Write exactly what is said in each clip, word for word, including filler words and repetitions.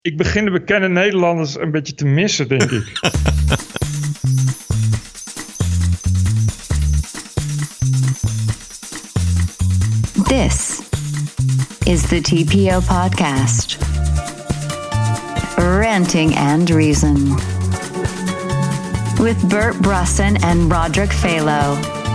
Ik begin de bekende Nederlanders een beetje te missen, denk ik. This is the T P O podcast. Ranting and Reason. With Bert Brussen and Roderick Phalo.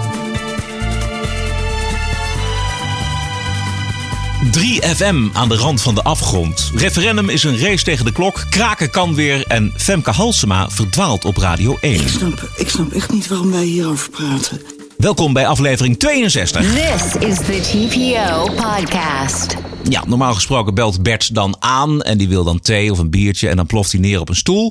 drie F M aan de rand van de afgrond. Referendum is een race tegen de klok. Kraken kan weer. En Femke Halsema verdwaalt op Radio één. Ik snap, ik snap echt niet waarom wij hierover praten. Welkom bij aflevering tweeënzestig. This is the T P O podcast. Ja, normaal gesproken belt Bert dan aan. En die wil dan thee of een biertje. En dan ploft hij neer op een stoel.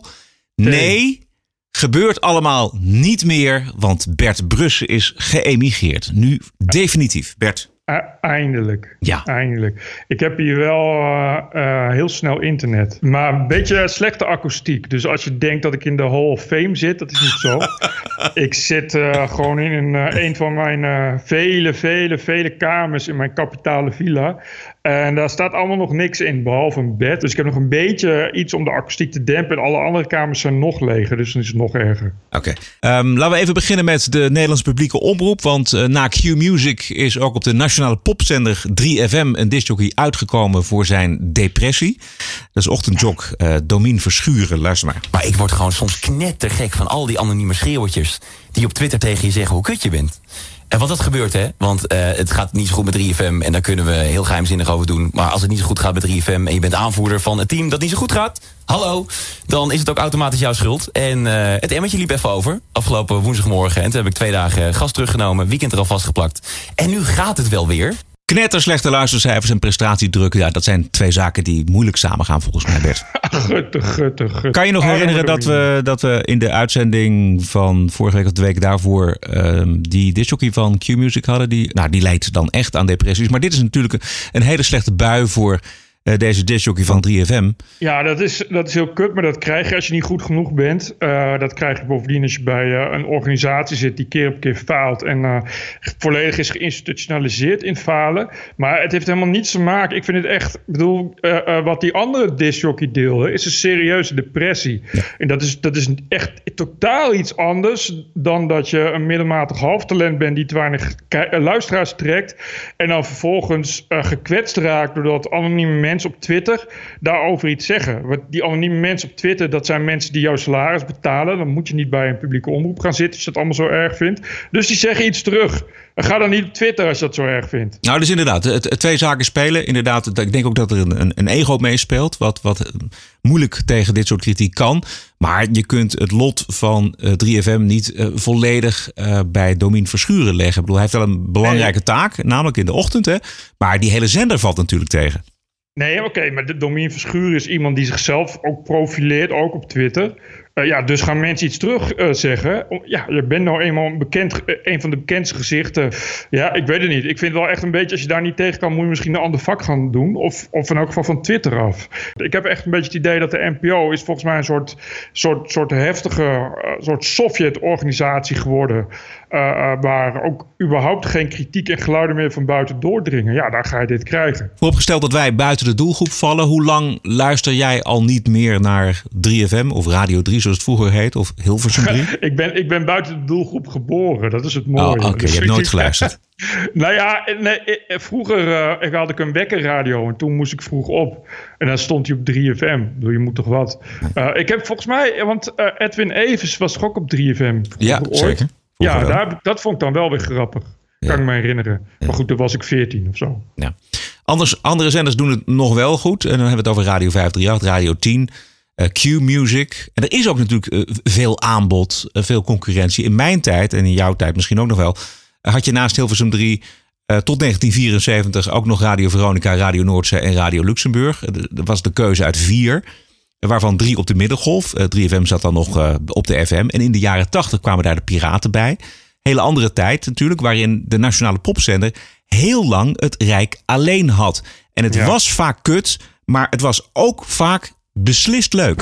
Nee, gebeurt allemaal niet meer. Want Bert Brussen is geëmigreerd. Nu definitief. Bert. Uh, eindelijk. Ja. Eindelijk. Ik heb hier wel uh, uh, heel snel internet. Maar een beetje slechte akoestiek. Dus als je denkt dat ik in de Hall of Fame zit, dat is niet zo. Ik zit uh, gewoon in een, uh, een van mijn uh, vele, vele, vele kamers in mijn kapitale villa. En daar staat allemaal nog niks in, behalve een bed. Dus ik heb nog een beetje iets om de akoestiek te dempen. En alle andere kamers zijn nog leger, dus dan is het nog erger. Oké. Okay. Um, laten we even beginnen met de Nederlandse publieke omroep. Want uh, na Q-Music is ook op de nationale popzender drie F M een discjockey uitgekomen voor zijn depressie. Dat is ochtendjok uh, Domien Verschuren. Luister maar. Maar ik word gewoon soms knettergek van al die anonieme schreeuwtjes die op Twitter tegen je zeggen hoe kut je bent. En wat dat gebeurt, hè? Want uh, het gaat niet zo goed met drie F M en daar kunnen we heel geheimzinnig over doen. Maar als het niet zo goed gaat met drie F M en je bent aanvoerder van het team dat niet zo goed gaat, hallo, dan is het ook automatisch jouw schuld. En uh, het emmertje liep even over, afgelopen woensdagmorgen. En toen heb ik twee dagen gas teruggenomen, weekend er al vastgeplakt. En nu gaat het wel weer. Knetterslechte luistercijfers en prestatiedruk. Ja, dat zijn twee zaken die moeilijk samengaan volgens mij, Bert. Gutte, gutte, gutte. Kan je nog herinneren dat we, dat we in de uitzending van vorige week of de week daarvoor um, die discjockey van Q-Music hadden? Die, nou, die leidt dan echt aan depressies. Maar dit is natuurlijk een, een hele slechte bui voor uh, deze discjockey van drie F M. Ja, dat is, dat is heel kut, maar dat krijg je als je niet goed genoeg bent. Uh, dat krijg je bovendien als je bij uh, een organisatie zit die keer op keer faalt en uh, volledig is geïnstitutionaliseerd in falen. Maar het heeft helemaal niets te maken. Ik vind het echt, ik bedoel, uh, uh, wat die andere discjockey deelde, is een serieuze depressie. Ja. En dat is, dat is echt totaal iets anders dan dat je een middelmatig halftalent bent die te weinig ke- uh, luisteraars trekt en dan vervolgens uh, gekwetst raakt doordat anonieme mensen op Twitter daarover iets zeggen. Want die anonieme mensen op Twitter, dat zijn mensen die jouw salaris betalen. Dan moet je niet bij een publieke omroep gaan zitten als je dat allemaal zo erg vindt. Dus die zeggen iets terug. Ga dan niet op Twitter als je dat zo erg vindt. Nou, dus inderdaad, het, het twee zaken spelen. Inderdaad, ik denk ook dat er een, een, een ego meespeelt. Wat, wat moeilijk tegen dit soort kritiek kan. Maar je kunt het lot van uh, drie F M niet uh, volledig uh, bij Domien Verschuren leggen. Ik bedoel, hij heeft wel een belangrijke taak, namelijk in de ochtend. Hè? Maar die hele zender valt natuurlijk tegen. Nee, oké, okay, maar Domien Verschuren is iemand die zichzelf ook profileert, ook op Twitter. Uh, ja, dus gaan mensen iets terug uh, zeggen. Ja, je bent nou eenmaal een, bekend, uh, een van de bekendste gezichten. Ja, ik weet het niet. Ik vind het wel echt een beetje, als je daar niet tegen kan, moet je misschien een ander vak gaan doen. Of, of in elk geval van Twitter af. Ik heb echt een beetje het idee dat de N P O is volgens mij een soort, soort, soort heftige, uh, soort Sovjet-organisatie geworden. Uh, uh, waar ook überhaupt geen kritiek en geluiden meer van buiten doordringen. Ja, daar ga je dit krijgen. Vooropgesteld dat wij buiten de doelgroep vallen. Hoe lang luister jij al niet meer naar drie F M of Radio drie, zoals het vroeger heet, of Hilversum drie? ik, ben, ik ben buiten de doelgroep geboren, dat is het mooie. Oh, oké, okay. Dus je hebt nooit geluisterd. Nou ja, nee, vroeger uh, had ik een wekkerradio en toen moest ik vroeg op. En dan stond hij op drie F M. Bedoel, je moet toch wat. Uh, ik heb volgens mij, want uh, Edwin Evers was toch ook op drie F M? Ja, ooit. Zeker. Ja, daar, dat vond ik dan wel weer grappig. Ja. Kan ik me herinneren. Ja. Maar goed, toen was ik veertien of zo. Ja. Anders, andere zenders doen het nog wel goed. En dan hebben we het over Radio vijf drie acht, Radio tien, uh, Q-Music. En er is ook natuurlijk uh, veel aanbod, uh, veel concurrentie. In mijn tijd, en in jouw tijd misschien ook nog wel, uh, had je naast Hilversum drie uh, tot negentien vierenzeventig ook nog Radio Veronica, Radio Noordzee en Radio Luxemburg. Uh, dat was de keuze uit vier. Waarvan drie op de middengolf. Uh, drie F M zat dan nog uh, op de F M. En in de jaren tachtig kwamen daar de piraten bij. Hele andere tijd natuurlijk, waarin de nationale popzender heel lang het Rijk alleen had. En het ja. was vaak kut, maar het was ook vaak beslist leuk.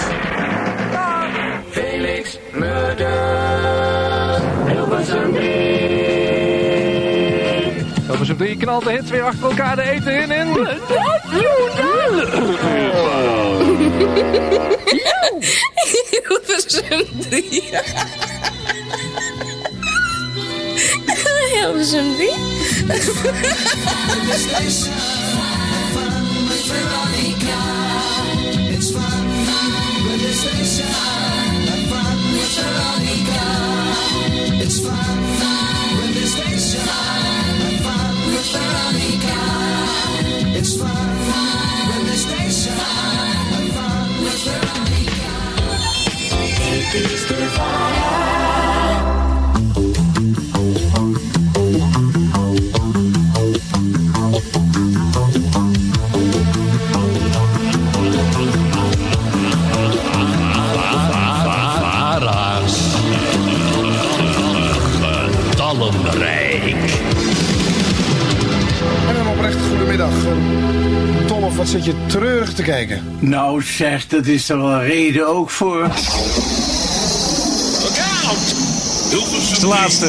Felix Murders. Hilversum drie. Hilversum Die knalt de hits weer achter elkaar de eten in in... Hilversum drie. Hilversum drie. It's fun with the station. Have fun with Veronica. It's fun with the station. Have fun with Veronica. It's fun with the station. Have fun with Veronica. It is the fire. En een oprecht goedemiddag. Dolf, wat zit je treurig te kijken? Nou zeg, dat is er wel reden ook voor. Look out! De laatste.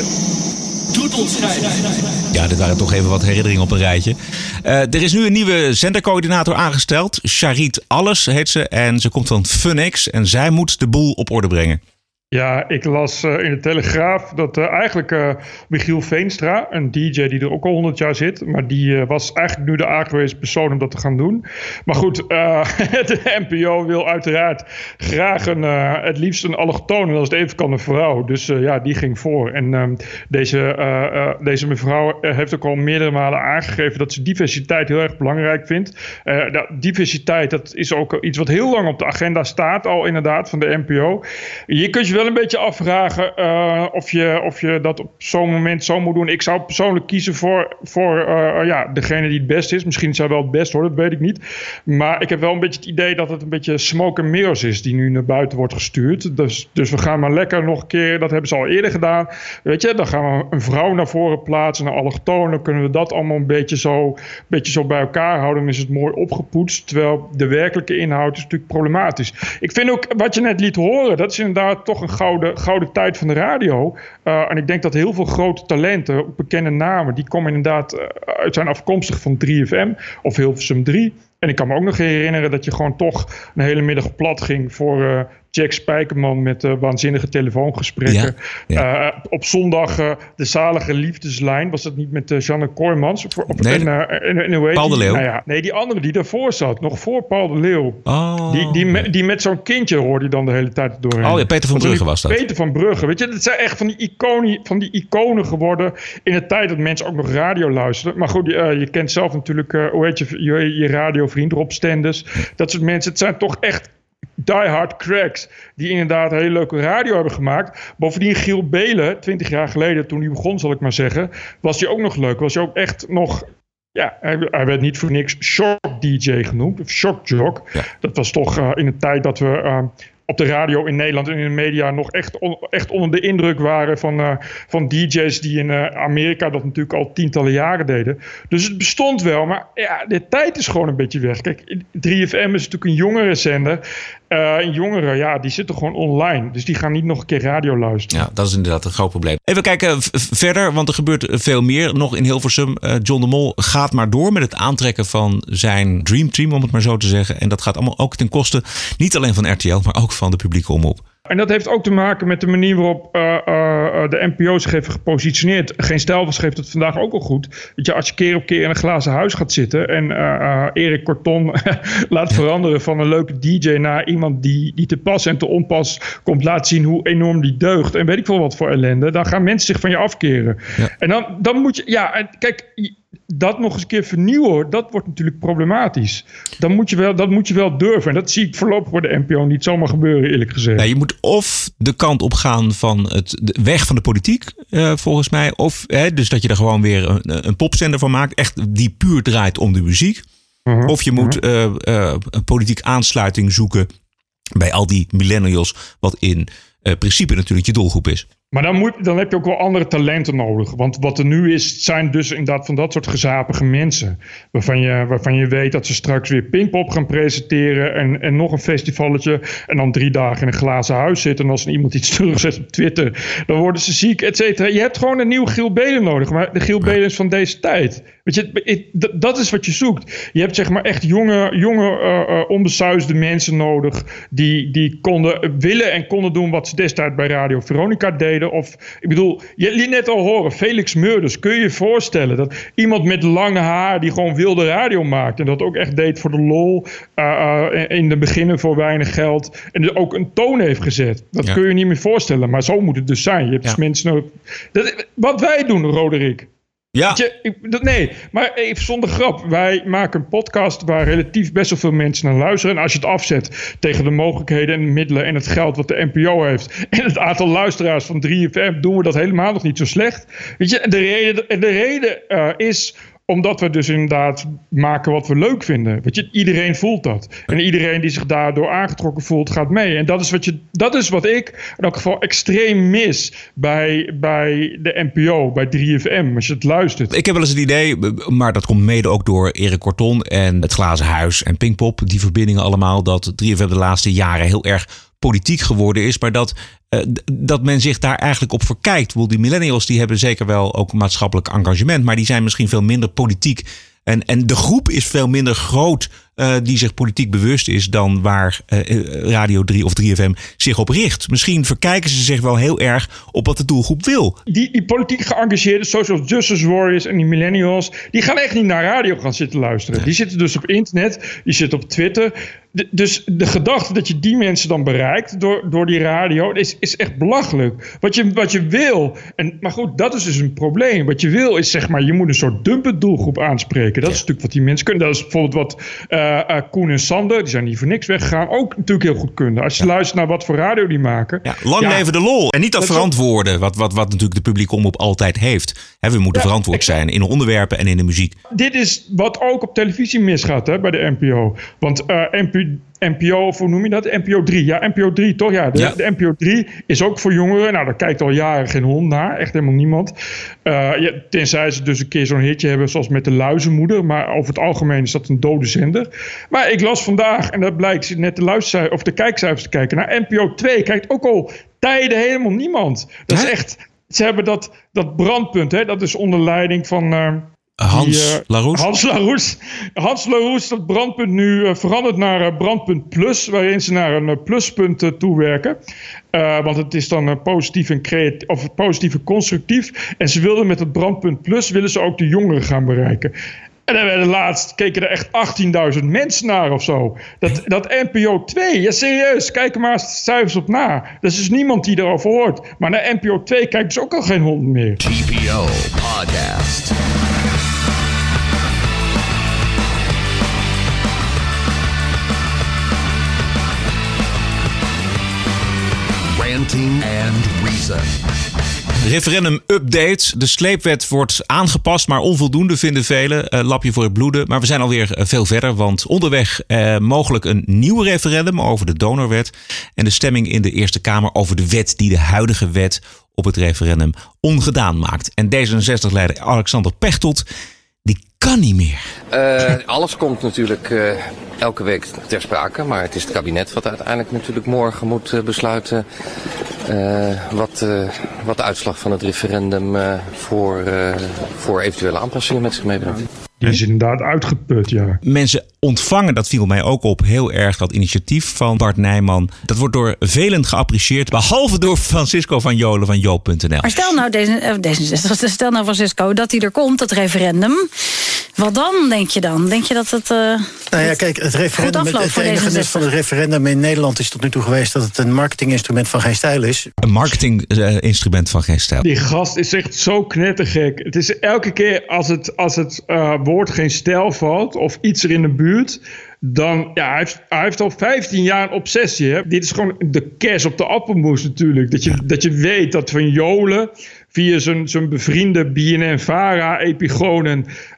Ja, dit waren toch even wat herinneringen op een rijtje. Uh, er is nu een nieuwe zendercoördinator aangesteld. Charit Alles heet ze. En ze komt van Funix. En zij moet de boel op orde brengen. Ja, ik las uh, in de Telegraaf dat uh, eigenlijk uh, Michiel Veenstra, een D J die er ook al honderd jaar zit, maar die uh, was eigenlijk nu de aangewezen persoon om dat te gaan doen. Maar goed, uh, de N P O wil uiteraard graag een, uh, het liefst een allochtone, en als het even kan een vrouw. Dus uh, ja, die ging voor. En um, deze, uh, uh, deze mevrouw heeft ook al meerdere malen aangegeven dat ze diversiteit heel erg belangrijk vindt. Uh, dat, diversiteit, dat is ook iets wat heel lang op de agenda staat al inderdaad van de N P O. Je kunt je wel een beetje afvragen uh, of, je, of je dat op zo'n moment zo moet doen. Ik zou persoonlijk kiezen voor, voor uh, ja, degene die het best is. Misschien is hij wel het best hoor, dat weet ik niet. Maar ik heb wel een beetje het idee dat het een beetje smoke and mirrors is die nu naar buiten wordt gestuurd. Dus, dus we gaan maar lekker nog een keer, dat hebben ze al eerder gedaan. Weet je, dan gaan we een vrouw naar voren plaatsen, een allochtoon. Dan kunnen we dat allemaal een beetje zo, een beetje zo bij elkaar houden. Dan is het mooi opgepoetst. Terwijl de werkelijke inhoud is natuurlijk problematisch. Ik vind ook, wat je net liet horen, dat is inderdaad toch een gouden, gouden tijd van de radio. Uh, en ik denk dat heel veel grote talenten, bekende namen, die komen inderdaad uh, uit zijn afkomstig van drie F M of Hilversum drie. En ik kan me ook nog herinneren dat je gewoon toch een hele middag plat ging voor uh, Jack Spijkerman met uh, waanzinnige telefoongesprekken. Ja, ja. Uh, op zondag uh, de zalige liefdeslijn. Was dat niet met uh, Janne Kooijmans? Of, op, nee, en, uh, en, en, hoe heet Paul de Leeuw. Nou ja, nee, die andere die daarvoor zat. Nog voor Paul de Leeuw. Oh. Die, die, me, die met zo'n kindje hoorde je dan de hele tijd doorheen. Oh ja, Peter van Brugge was dat. Peter van Brugge. Weet je, dat zijn echt van die, iconie, van die iconen geworden in de tijd dat mensen ook nog radio luisterden. Maar goed, uh, je kent zelf natuurlijk, uh, hoe heet je, je, je radiovriend, Rob Stenders. Dat soort mensen. Het zijn toch echt diehard cracks die inderdaad hele leuke radio hebben gemaakt. Bovendien Giel Belen, twintig jaar geleden, toen hij begon, zal ik maar zeggen, was hij ook nog leuk. Was hij ook echt nog... Ja, hij, hij werd niet voor niks shock D J genoemd, of shock jock. Ja. Dat was toch uh, in een tijd dat we... Uh, op de radio in Nederland en in de media nog echt, on, echt onder de indruk waren van, uh, van D J's die in uh, Amerika dat natuurlijk al tientallen jaren deden. Dus het bestond wel, maar ja, de tijd is gewoon een beetje weg. Kijk, drie F M is natuurlijk een jongere zender. Uh, en jongeren, ja, die zitten gewoon online. Dus die gaan niet nog een keer radio luisteren. Ja, dat is inderdaad een groot probleem. Even kijken v- verder, want er gebeurt veel meer nog in Hilversum. Uh, John de Mol gaat maar door met het aantrekken van zijn Dream Team, om het maar zo te zeggen. En dat gaat allemaal ook ten koste, niet alleen van R T L, maar ook van de publieke omroep. En dat heeft ook te maken met de manier waarop uh, uh, de N P O zich heeft gepositioneerd. Geen Stijlvers geeft het vandaag ook al goed. Weet je, als je keer op keer in een glazen huis gaat zitten en uh, uh, Erik Korton laat veranderen van een leuke D J naar iemand die, die te pas en te onpas komt laten zien hoe enorm die deugt. En weet ik veel wat voor ellende. Dan gaan mensen zich van je afkeren. Ja. En dan, dan moet je, ja, en kijk, dat nog eens een keer vernieuwen, dat wordt natuurlijk problematisch. Dan moet je wel, dat moet je wel durven. En dat zie ik voorlopig voor de N P O niet zomaar gebeuren, eerlijk gezegd. Nou, je moet of de kant op gaan van het de weg van de politiek, uh, volgens mij. Of hè, dus dat je er gewoon weer een, een popzender van maakt. Echt die puur draait om de muziek. Uh-huh, of je moet uh, uh, een politiek aansluiting zoeken bij al die millennials. Wat in uh, principe natuurlijk je doelgroep is. Maar dan, moet, dan heb je ook wel andere talenten nodig. Want wat er nu is, zijn dus inderdaad van dat soort gezapige mensen. Waarvan je, waarvan je weet dat ze straks weer Pinkpop gaan presenteren. En, en nog een festivalletje. En dan drie dagen in een glazen huis zitten. En als er iemand iets terugzet op Twitter, dan worden ze ziek, et cetera. Je hebt gewoon een nieuw Giel Belen nodig. Maar de Giel Belens van deze tijd. Weet je, dat is wat je zoekt. Je hebt zeg maar echt jonge, jonge uh, uh, onbesuisde mensen nodig. Die, die konden willen en konden doen wat ze destijds bij Radio Veronica deden. Of, ik bedoel, je liet net al horen, Felix Meurders. Kun je je voorstellen dat iemand met lange haar die gewoon wilde radio maakt. En dat ook echt deed voor de lol. Uh, uh, in de beginnen voor weinig geld. En dus ook een toon heeft gezet. Dat ja. kun je je niet meer voorstellen. Maar zo moet het dus zijn. Je hebt ja. dus mensen nodig. Dat, wat wij doen, Roderick. Ja. Je, ik, nee, maar even zonder grap. Wij maken een podcast waar relatief best wel veel mensen naar luisteren. En als je het afzet tegen de mogelijkheden en de middelen en het geld wat de N P O heeft. En het aantal luisteraars van drie F M doen we dat helemaal nog niet zo slecht. Weet je, de reden, de reden uh, is omdat we dus inderdaad maken wat we leuk vinden. Weet je, iedereen voelt dat. En iedereen die zich daardoor aangetrokken voelt, gaat mee. En dat is wat, je, dat is wat ik in elk geval extreem mis bij, bij de N P O, bij drie F M, als je het luistert. Ik heb wel eens het idee, maar dat komt mede ook door Erik Korton en het Glazen Huis en Pinkpop. Die verbindingen allemaal, dat drie F M de laatste jaren heel erg politiek geworden is, maar dat, uh, dat men zich daar eigenlijk op verkijkt. Die millennials die hebben zeker wel ook maatschappelijk engagement, maar die zijn misschien veel minder politiek. En, en de groep is veel minder groot uh, die zich politiek bewust is dan waar uh, Radio drie of drie F M zich op richt. Misschien verkijken ze zich wel heel erg op wat de doelgroep wil. Die, die politiek geëngageerde social justice warriors en die millennials, die gaan echt niet naar radio gaan zitten luisteren. Nee. Die zitten dus op internet, die zitten op Twitter. De, dus de gedachte dat je die mensen dan bereikt door, door die radio is, is echt belachelijk. Wat je, wat je wil, en, maar goed, dat is dus een probleem. Wat je wil is zeg maar, je moet een soort dumper doelgroep aanspreken. Dat ja. is natuurlijk wat die mensen kunnen. Dat is bijvoorbeeld wat uh, uh, Koen en Sander, die zijn niet voor niks weggegaan, ook natuurlijk heel goed kunnen. Als je ja. luistert naar wat voor radio die maken. Ja, lang ja, leven de lol. En niet dat, dat verantwoorden, wat, wat, wat natuurlijk de publieke omroep altijd heeft. He, we moeten ja, verantwoord ik, zijn in de onderwerpen en in de muziek. Dit is wat ook op televisie misgaat, hè, bij de N P O. Want uh, N P O... N P O, of hoe noem je dat? N P O drie. Ja, N P O drie, toch? Ja, de, ja. de N P O drie is ook voor jongeren. Nou, daar kijkt al jaren geen hond naar. Echt helemaal niemand. Uh, ja, tenzij ze dus een keer zo'n hitje hebben zoals met de Luizenmoeder. Maar over het algemeen is dat een dode zender. Maar ik las vandaag, en dat blijkt net de luistercijfers of de kijkcijfers te kijken. Naar N P O twee kijkt ook al tijden helemaal niemand. Dat Hè? is echt... Ze hebben dat, dat brandpunt, hè? Dat is onder leiding van... Uh, Hans die, uh, Laroes. Hans Laroes. Hans Laroes, dat brandpunt nu uh, veranderd naar uh, brandpunt plus, waarin ze naar een uh, pluspunt uh, toewerken. Uh, want het is dan uh, positief en creatief, of positief en constructief. En ze wilden met het brandpunt plus, willen ze ook de jongeren gaan bereiken. En dan werden laatst, keken er echt achttienduizend mensen naar of zo. Dat, dat N P O twee, ja serieus, kijk er maar eens de cijfers op na. Er is dus niemand die erover hoort. Maar naar N P O twee kijken ze ook al geen hond meer. T P O Podcast. Ranting and Reason. Referendum update. De sleepwet wordt aangepast, maar onvoldoende vinden velen. Uh, lapje voor het bloeden. Maar we zijn alweer uh, veel verder, want onderweg uh, mogelijk een nieuw referendum over de donorwet. En de stemming in de Eerste Kamer over de wet die de huidige wet op het referendum ongedaan maakt. En D zesenzestig-leider Alexander Pechtold, die kan niet meer. Uh, alles komt natuurlijk uh, elke week ter sprake. Maar het is het kabinet wat uiteindelijk natuurlijk morgen moet uh, besluiten... Uh, wat, uh, wat de uitslag van het referendum uh, voor, uh, voor eventuele aanpassingen met zich meebrengt. Die is inderdaad uitgeput, ja. Mensen ontvangen, dat viel mij ook op, heel erg dat initiatief van Bart Nijman. Dat wordt door velen geapprecieerd, behalve door Francisco van Jolen van Joop punt n l. Maar stel nou, D zesenzestig, stel nou Francisco, dat hij er komt, dat referendum. Wat dan, denk je dan? Denk je dat het uh, Nou ja, kijk, het referendum, het, het enige nut van het referendum in Nederland is tot nu toe geweest dat het een marketinginstrument van geen stijl is. Een marketinginstrument van geen stijl. Die gast is echt zo knettergek. Het is elke keer als het, als het uh, woord geen stijl valt of iets er in de buurt, dan, ja, hij heeft, hij heeft al vijftien jaar een obsessie. Hè? Dit is gewoon de kers op de appelmoes natuurlijk. Dat je, ja. dat je weet dat Van Jolen via zijn, zijn bevriende B N N-Vara, Epigonen,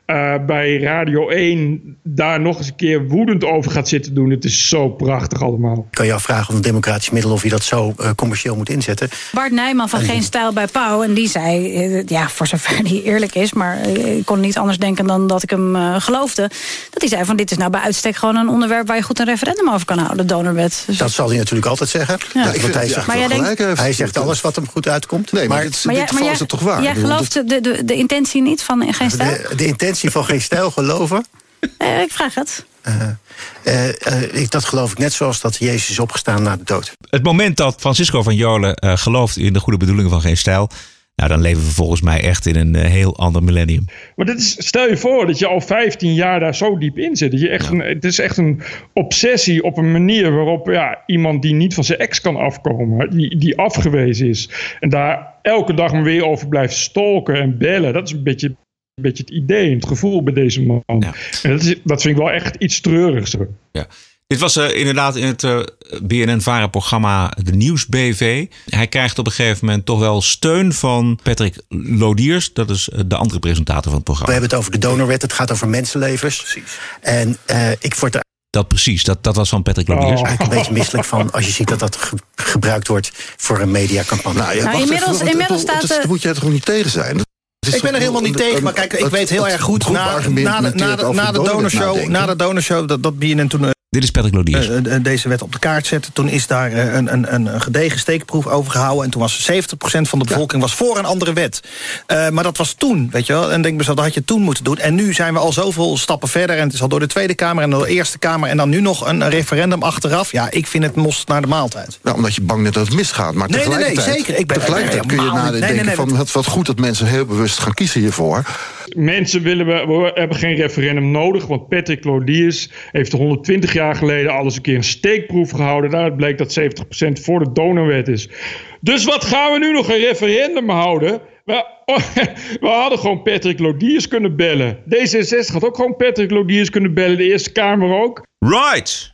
uh, bij Radio één daar nog eens een keer woedend over gaat zitten doen. Het is zo prachtig allemaal. Kan je afvragen of een democratisch middel of je dat zo uh, commercieel moet inzetten. Bart Nijman van Geen Stijl bij Pauw. En die zei, uh, ja, voor zover die eerlijk is, maar uh, ik kon niet anders denken dan dat ik hem uh, geloofde. Dat hij zei van dit is nou bij uitstek gewoon een onderwerp waar je goed een referendum over kan houden, de donorwet. Dus dat zal hij natuurlijk altijd zeggen. Ja. Ja, ik vind hij zegt, maar jij denkt, heeft. Hij zegt alles wat hem goed uitkomt. Nee, maar, maar, dit, maar dit jij, geval maar is het toch waar? Jij gelooft de, de, de intentie niet van Geen Stijl? De, de intentie van Geen Stijl geloven? Uh, ik vraag het. Uh, uh, uh, ik, dat geloof ik net zoals dat Jezus is opgestaan na de dood. Het moment dat Francisco van Jolen uh, gelooft in de goede bedoelingen van Geen Stijl, nou, dan leven we volgens mij echt in een uh, heel ander millennium. Maar dit is, stel je voor dat je al vijftien jaar daar zo diep in zit. Dat je echt Ja. een, het is echt een obsessie op een manier waarop ja, iemand die niet van zijn ex kan afkomen, die, die afgewezen is, en daar elke dag maar weer over blijft stalken en bellen. Dat is een beetje, een beetje het idee en het gevoel bij deze man. Ja. En dat, is, dat vind ik wel echt iets treurigs. Ja. Dit was uh, inderdaad in het uh, B N N-Vara-programma De Nieuws B V. Hij krijgt op een gegeven moment toch wel steun van Patrick Lodiers. Dat is uh, de andere presentator van het programma. We hebben het over de donorwet. Het gaat over mensenlevens. Precies. En uh, ik word er... Dat precies, dat, dat was van Patrick Lodiers. Oh. Eigenlijk een beetje misselijk van als je ziet dat dat ge- gebruikt wordt voor een mediacampagne. Nou, ja, Nou, inmiddels, even, inmiddels want, staat... dat, dat moet jij toch gewoon niet tegen zijn? Ik ben er helemaal niet tegen, maar kijk, ik weet heel erg goed, na, na, de, na, de, na de donorshow, na de donorshow dat, dat B N N toen... Dit is Patrick Lodiers. Uh, uh, deze wet op de kaart zetten. Toen is daar uh, een, een, een gedegen steekproef over gehouden. En toen was zeventig procent van de bevolking was voor een andere wet. Uh, maar dat was toen, weet je wel. En denk mezelf, dat had je toen moeten doen. En nu zijn we al zoveel stappen verder. En het is al door de Tweede Kamer en door de Eerste Kamer. En dan nu nog een referendum achteraf. Ja, ik vind het most naar de maaltijd. Ja, omdat je bang bent dat het misgaat. Maar nee, tegelijkertijd, nee, nee, zeker. Ik ben, tegelijkertijd kun je nadenken nee, nee, nee, van het wat goed dat mensen heel bewust gaan kiezen hiervoor. Mensen willen, we, we hebben geen referendum nodig, want Patrick Lodiers heeft honderdtwintig jaar geleden al eens een keer een steekproef gehouden. Daaruit bleek dat zeventig procent voor de donorwet is. Dus wat gaan we nu nog een referendum houden? We, oh, we hadden gewoon Patrick Lodiers kunnen bellen. D zesenzestig had ook gewoon Patrick Lodiers kunnen bellen, de Eerste Kamer ook. Right!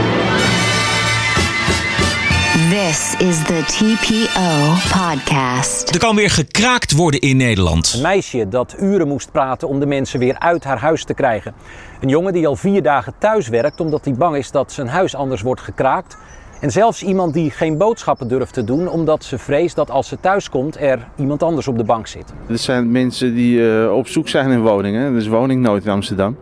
This is the T P O podcast. Er kan weer gekraakt worden in Nederland. Een meisje dat uren moest praten om de mensen weer uit haar huis te krijgen. Een jongen die al vier dagen thuis werkt omdat hij bang is dat zijn huis anders wordt gekraakt. En zelfs iemand die geen boodschappen durft te doen omdat ze vreest dat als ze thuis komt er iemand anders op de bank zit. Er zijn mensen die uh, op zoek zijn in woningen. Er is woningnood in Amsterdam.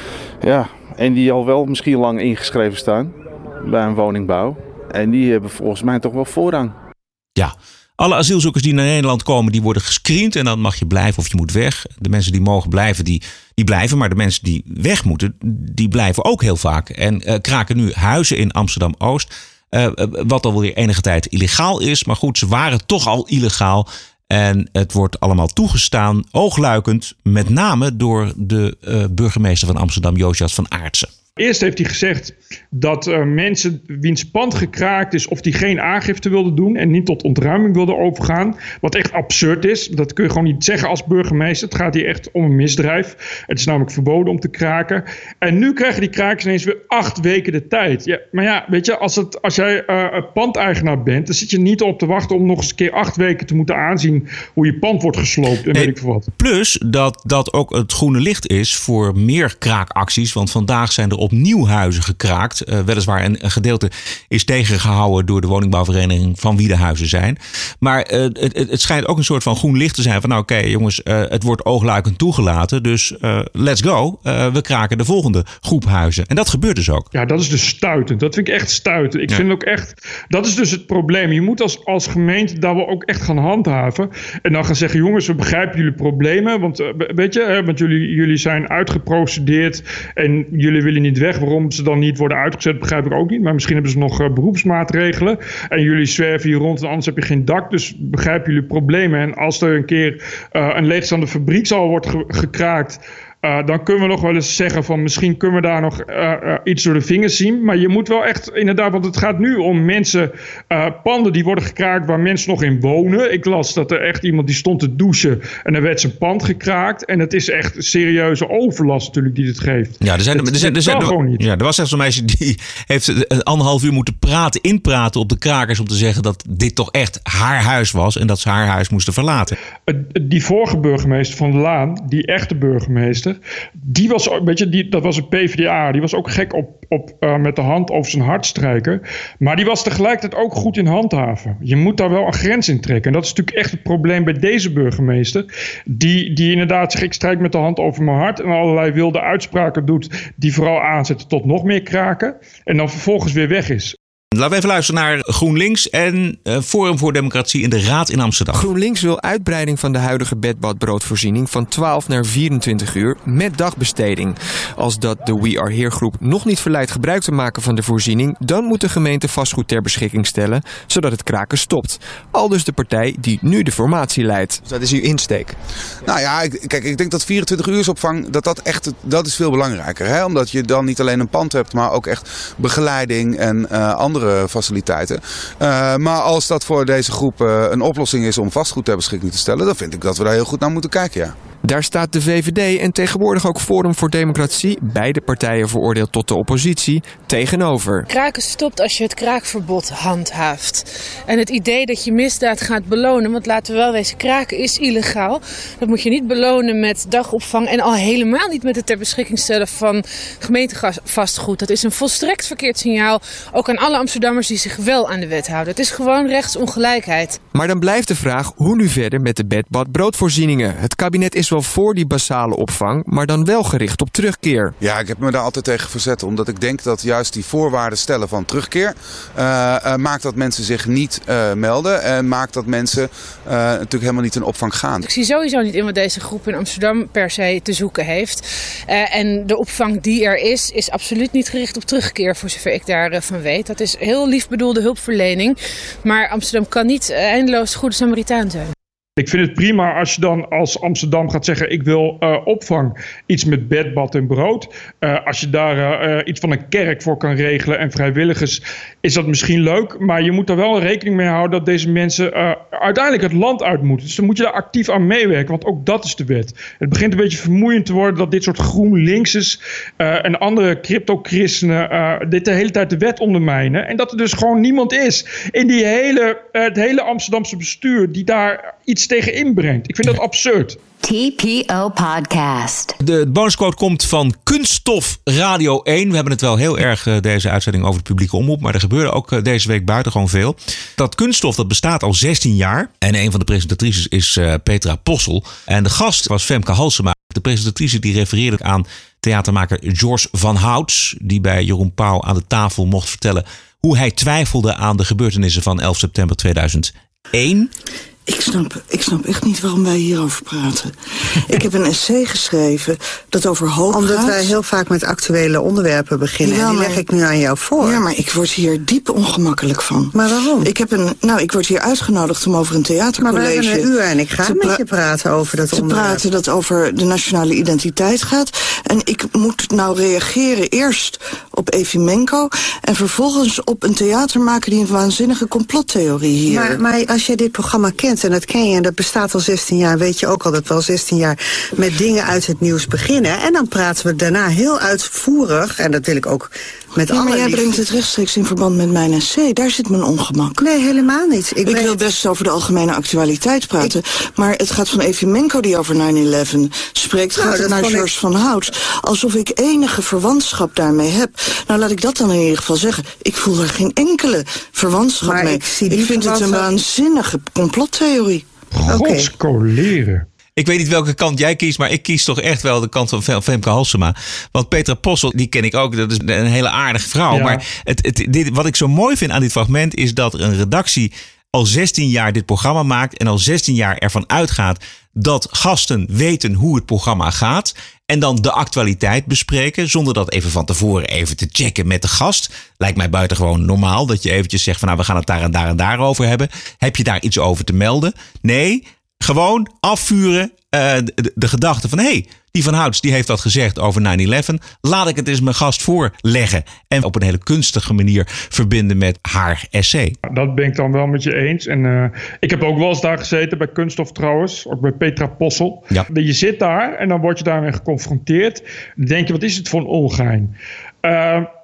Ja, en die al wel misschien lang ingeschreven staan bij een woningbouw. En die hebben volgens mij toch wel voorrang. Ja, alle asielzoekers die naar Nederland komen, die worden gescreend. En dan mag je blijven of je moet weg. De mensen die mogen blijven, die, die blijven. Maar de mensen die weg moeten, die blijven ook heel vaak. En uh, kraken nu huizen in Amsterdam-Oost. Uh, wat alweer enige tijd illegaal is. Maar goed, ze waren toch al illegaal. En het wordt allemaal toegestaan, oogluikend. Met name door de uh, burgemeester van Amsterdam, Josias van Aartsen. Eerst heeft hij gezegd dat uh, mensen wiens pand gekraakt is, of die geen aangifte wilden doen en niet tot ontruiming wilden overgaan. Wat echt absurd is. Dat kun je gewoon niet zeggen als burgemeester. Het gaat hier echt om een misdrijf. Het is namelijk verboden om te kraken. En nu krijgen die krakers ineens weer acht weken de tijd. Ja, maar ja, weet je, als, het, als jij uh, een pandeigenaar bent, dan zit je niet op te wachten om nog eens een keer acht weken te moeten aanzien hoe je pand wordt gesloopt en nee, weet ik veel wat. Plus dat dat ook het groene licht is voor meer kraakacties. Want vandaag zijn er opnieuw huizen gekraakt. Uh, weliswaar een, een gedeelte is tegengehouden door de woningbouwvereniging van wie de huizen zijn. Maar uh, het, het schijnt ook een soort van groen licht te zijn van nou oké okay, jongens, uh, het wordt oogluikend toegelaten. Dus uh, let's go. Uh, we kraken de volgende groep huizen. En dat gebeurt dus ook. Ja, dat is dus stuitend. Dat vind ik echt stuitend. Ik ja. vind ook echt, dat is dus het probleem. Je moet als, als gemeente daar wel ook echt gaan handhaven. En dan gaan zeggen, jongens, we begrijpen jullie problemen. Want uh, weet je, hè, want jullie, jullie zijn uitgeprocedeerd en jullie willen niet weg. Waarom ze dan niet worden uitgezet, begrijp ik ook niet. Maar misschien hebben ze nog uh, beroepsmaatregelen. En jullie zwerven hier rond en anders heb je geen dak. Dus begrijpen jullie problemen. En als er een keer uh, een leegstaande fabriekshal wordt ge- gekraakt... Uh, dan kunnen we nog wel eens zeggen van misschien kunnen we daar nog uh, uh, iets door de vingers zien. Maar je moet wel echt inderdaad, want het gaat nu om mensen, uh, panden die worden gekraakt waar mensen nog in wonen. Ik las dat er echt iemand die stond te douchen en er werd zijn pand gekraakt. En het is echt serieuze overlast natuurlijk die dit geeft. Ja, er, zijn, het, er, zijn, er, zijn, gewoon niet. Ja, er was zelfs een meisje die heeft een anderhalf uur moeten praten, inpraten op de krakers om te zeggen dat dit toch echt haar huis was en dat ze haar huis moesten verlaten. Uh, die vorige burgemeester van de Laan, die echte burgemeester, burgemeester. Die was, weet je, die, dat was een P v d A. Die was ook gek op, op uh, met de hand over zijn hart strijken. Maar die was tegelijkertijd ook goed in handhaven. Je moet daar wel een grens in trekken. En dat is natuurlijk echt het probleem bij deze burgemeester. Die, die inderdaad zegt, ik strijk met de hand over mijn hart. En allerlei wilde uitspraken doet die vooral aanzetten tot nog meer kraken. En dan vervolgens weer weg is. Laten we even luisteren naar GroenLinks en uh, Forum voor Democratie in de Raad in Amsterdam. GroenLinks wil uitbreiding van de huidige bedbadbroodvoorziening van twaalf naar vierentwintig uur met dagbesteding. Als dat de We Are Here groep nog niet verleidt gebruik te maken van de voorziening, dan moet de gemeente vastgoed ter beschikking stellen, zodat het kraken stopt. Aldus de partij die nu de formatie leidt. Dus dat is uw insteek? Nou ja, ik, kijk, ik denk dat vierentwintig uursopvang, dat dat echt, dat is veel belangrijker. Hè? Omdat je dan niet alleen een pand hebt, maar ook echt begeleiding en uh, andere faciliteiten. Uh, maar als dat voor deze groep uh, een oplossing is om vastgoed ter beschikking te stellen, dan vind ik dat we daar heel goed naar moeten kijken, ja. Daar staat de V V D en tegenwoordig ook Forum voor Democratie, beide partijen veroordeeld tot de oppositie, tegenover. Kraken stopt als je het kraakverbod handhaaft. En het idee dat je misdaad gaat belonen, want laten we wel wezen, kraken is illegaal. Dat moet je niet belonen met dagopvang en al helemaal niet met het ter beschikking stellen van gemeentevastgoed. Dat is een volstrekt verkeerd signaal, ook aan alle Amsterdammers die zich wel aan de wet houden. Het is gewoon rechtsongelijkheid. Maar dan blijft de vraag hoe nu verder met de bed-bad-broodvoorzieningen. Het kabinet is wel voor die basale opvang, maar dan wel gericht op terugkeer. Ja, ik heb me daar altijd tegen verzet, omdat ik denk dat juist die voorwaarden stellen van terugkeer uh, uh, maakt dat mensen zich niet uh, melden en maakt dat mensen uh, natuurlijk helemaal niet in opvang gaan. Ik zie sowieso niet in wat deze groep in Amsterdam per se te zoeken heeft. Uh, en de opvang die er is, is absoluut niet gericht op terugkeer, voor zover ik daarvan weet. Dat is heel lief bedoelde hulpverlening, maar Amsterdam kan niet uh, eindeloos goede Samaritaan zijn. Ik vind het prima als je dan als Amsterdam gaat zeggen, ik wil uh, opvang, iets met bed, bad en brood. Uh, als je daar uh, iets van een kerk voor kan regelen en vrijwilligers, is dat misschien leuk. Maar je moet er wel rekening mee houden dat deze mensen uh, uiteindelijk het land uit moeten. Dus dan moet je daar actief aan meewerken, want ook dat is de wet. Het begint een beetje vermoeiend te worden dat dit soort GroenLinksers uh, en andere crypto-christenen uh, dit de hele tijd de wet ondermijnen. En dat er dus gewoon niemand is in die hele, uh, het hele Amsterdamse bestuur die daar iets tegen inbrengt. Ik vind dat absurd. T P O Podcast. De bonusquote komt van Kunststof Radio één. We hebben het wel heel erg, uh, deze uitzending, over de publieke omroep. Maar er gebeurde ook uh, deze week buitengewoon veel. Dat Kunststof, dat bestaat al zestien jaar. En een van de presentatrices is uh, Petra Possel. En de gast was Femke Halsema. De presentatrice die refereerde aan theatermaker George van Houts, die bij Jeroen Pauw aan de tafel mocht vertellen hoe hij twijfelde aan de gebeurtenissen van elf september tweeduizend één. Ik snap, ik snap echt niet waarom wij hierover praten. Ik heb een essay geschreven dat over hoop Omdat gaat. wij heel vaak met actuele onderwerpen beginnen. Ja, en die leg ik nu aan jou voor. Ja, maar ik word hier diep ongemakkelijk van. Maar waarom? Ik heb een, nou, ik word hier uitgenodigd om over een theatercollege... Maar we hebben een uur en ik ga met je praten over dat te onderwerp. Te praten dat over de nationale identiteit gaat. En ik moet nou reageren eerst op Evimenko en vervolgens op een theatermaker die een waanzinnige complottheorie hier... Maar, maar als jij dit programma kent, en dat ken je en dat bestaat al zestien jaar, weet je ook al dat we al zestien jaar met dingen uit het nieuws beginnen. En dan praten we daarna heel uitvoerig, en dat wil ik ook met ja, alle maar jij liefde. brengt het rechtstreeks in verband met mijn essay. Daar zit mijn ongemak. Nee, helemaal niet. Ik, ik wil best over de algemene actualiteit praten. Ik... Maar het gaat van Evimenko die over nine eleven spreekt. Nou, gaat het naar George ik... van Houts. Alsof ik enige verwantschap daarmee heb. Nou, laat ik dat dan in ieder geval zeggen. Ik voel er geen enkele verwantschap maar mee. Ik, zie ik vind het een waanzinnige complottheorie. Godskoleren. Okay. Ik weet niet welke kant jij kiest, maar ik kies toch echt wel de kant van Femke Halsema. Want Petra Possel, die ken ik ook, dat is een hele aardige vrouw. Ja. Maar het, het, dit, wat ik zo mooi vind aan dit fragment is dat er een redactie al zestien jaar dit programma maakt en al zestien jaar ervan uitgaat dat gasten weten hoe het programma gaat en dan de actualiteit bespreken zonder dat even van tevoren even te checken met de gast. Lijkt mij buitengewoon normaal dat je eventjes zegt van nou, we gaan het daar en daar en daar over hebben. Heb je daar iets over te melden? Nee, gewoon afvuren uh, de, de gedachte van hé, hey, die Van Houts die heeft dat gezegd over nine eleven. Laat ik het eens mijn gast voorleggen. En op een hele kunstige manier verbinden met haar essay. Dat ben ik dan wel met je eens. En uh, ik heb ook wel eens daar gezeten bij Kunststof trouwens. Ook bij Petra Possel. Ja. Je zit daar en dan word je daarmee geconfronteerd. Dan denk je, wat is het voor een ongein? Uh,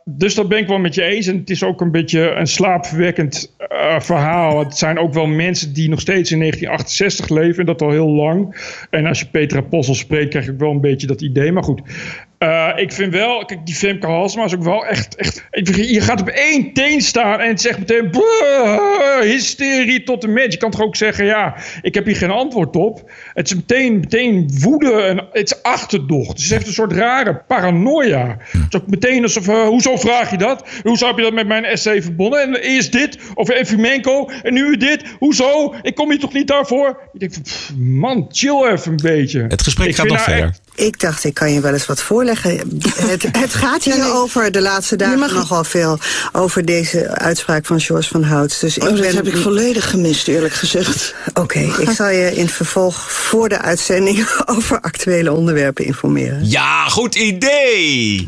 dus dat ben ik wel met je eens. En het is ook een beetje een slaapverwekkend uh, verhaal. Het zijn ook wel mensen die nog steeds in negentien achtenzestig leven. En dat al heel lang. En als je Petra Possel spreekt, krijg ik wel een beetje dat idee. Maar goed. Uh, ik vind wel, kijk, die Femke Halsema is ook wel echt, echt... Je gaat op één teen staan en het zegt meteen... Bruh, hysterie tot en met. Je kan toch ook zeggen, ja, ik heb hier geen antwoord op. Het is meteen, meteen woede en het is achterdocht. Dus het heeft een soort rare paranoia. Het is ook meteen alsof, uh, hoezo vraag je dat? Hoezo heb je dat met mijn essay verbonden? En eerst dit over Efimenko en nu dit. Hoezo? Ik kom hier toch niet daarvoor? Ik denk van, pff, man, chill even een beetje. Het gesprek ik gaat nog nou verder. Echt... Ik dacht, ik kan je wel eens wat voorleggen. Het, het gaat hier ja, nee. over de laatste dagen mag... nogal veel over deze uitspraak van George van Houts. Dus oh, ik dat ben... heb ik volledig gemist, eerlijk gezegd. Oké, okay, ik zal je in het vervolg voor de uitzending over actuele onderwerpen informeren. Ja, goed idee!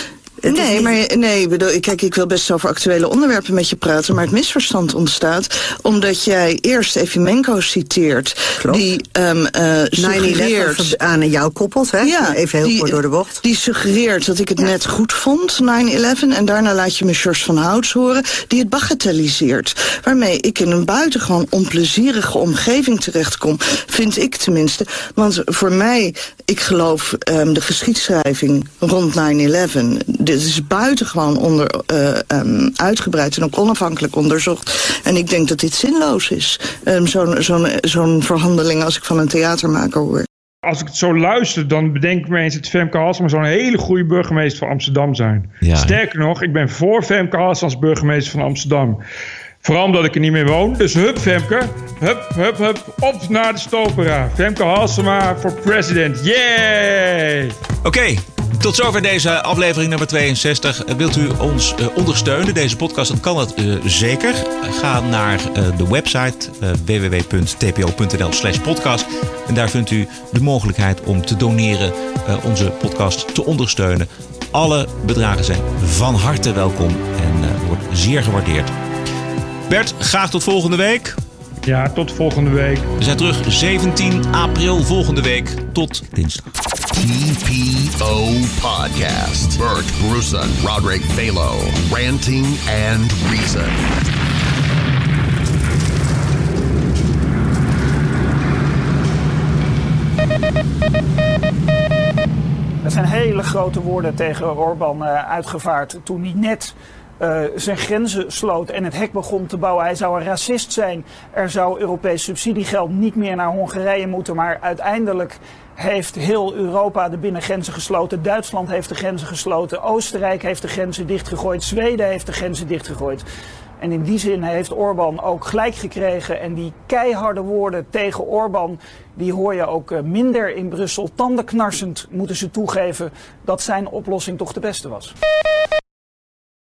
Nee, maar nee, bedoel, kijk, ik wil best over actuele onderwerpen met je praten, maar het misverstand ontstaat omdat jij eerst Efimenko citeert. Klopt. Die um, uh, suggereert aan jou koppelt, hè? Ja, even heel die, kort door de bocht. Die suggereert dat ik het ja. net goed vond, nine eleven, en daarna laat je me George van Houts horen, die het bagatelliseert. Waarmee ik in een buitengewoon onplezierige omgeving terechtkom, vind ik tenminste. Want voor mij, ik geloof um, de geschiedschrijving rond nine eleven... Dit is buitengewoon onder, uh, um, uitgebreid en ook onafhankelijk onderzocht. En ik denk dat dit zinloos is. Um, zo'n, zo'n, zo'n verhandeling als ik van een theatermaker hoor. Als ik het zo luister, dan bedenk ik me eens dat Femke Halsema zo'n hele goede burgemeester van Amsterdam zijn. Ja, sterker nog, ik ben voor Femke Halsema als burgemeester van Amsterdam. Vooral omdat ik er niet meer woon. Dus hup Femke, hup, hup, hup, op naar de Stopera. Femke Halsema voor president. Yay! Oké. Okay. Tot zover deze aflevering nummer tweeënzestig. Wilt u ons uh, ondersteunen, deze podcast, dan kan dat uh, zeker. Ga naar uh, de website uh, w w w punt t p o punt n l slash podcast. En daar vindt u de mogelijkheid om te doneren, uh, onze podcast te ondersteunen. Alle bedragen zijn van harte welkom en uh, wordt zeer gewaardeerd. Bert, graag tot volgende week. Ja, tot volgende week. We zijn terug zeventien april volgende week. Tot dinsdag. T P O Podcast. Bert Brussen, Roderick Balo, Ranting and Reason. Er zijn hele grote woorden tegen Orbán uh, uitgevaard toen hij net uh, zijn grenzen sloot en het hek begon te bouwen. Hij zou een racist zijn. Er zou Europees subsidiegeld niet meer naar Hongarije moeten, maar uiteindelijk heeft heel Europa de binnengrenzen gesloten. Duitsland heeft de grenzen gesloten. Oostenrijk heeft de grenzen dichtgegooid. Zweden heeft de grenzen dichtgegooid. En in die zin heeft Orbán ook gelijk gekregen. En die keiharde woorden tegen Orbán, die hoor je ook minder in Brussel. Tandenknarsend moeten ze toegeven dat zijn oplossing toch de beste was.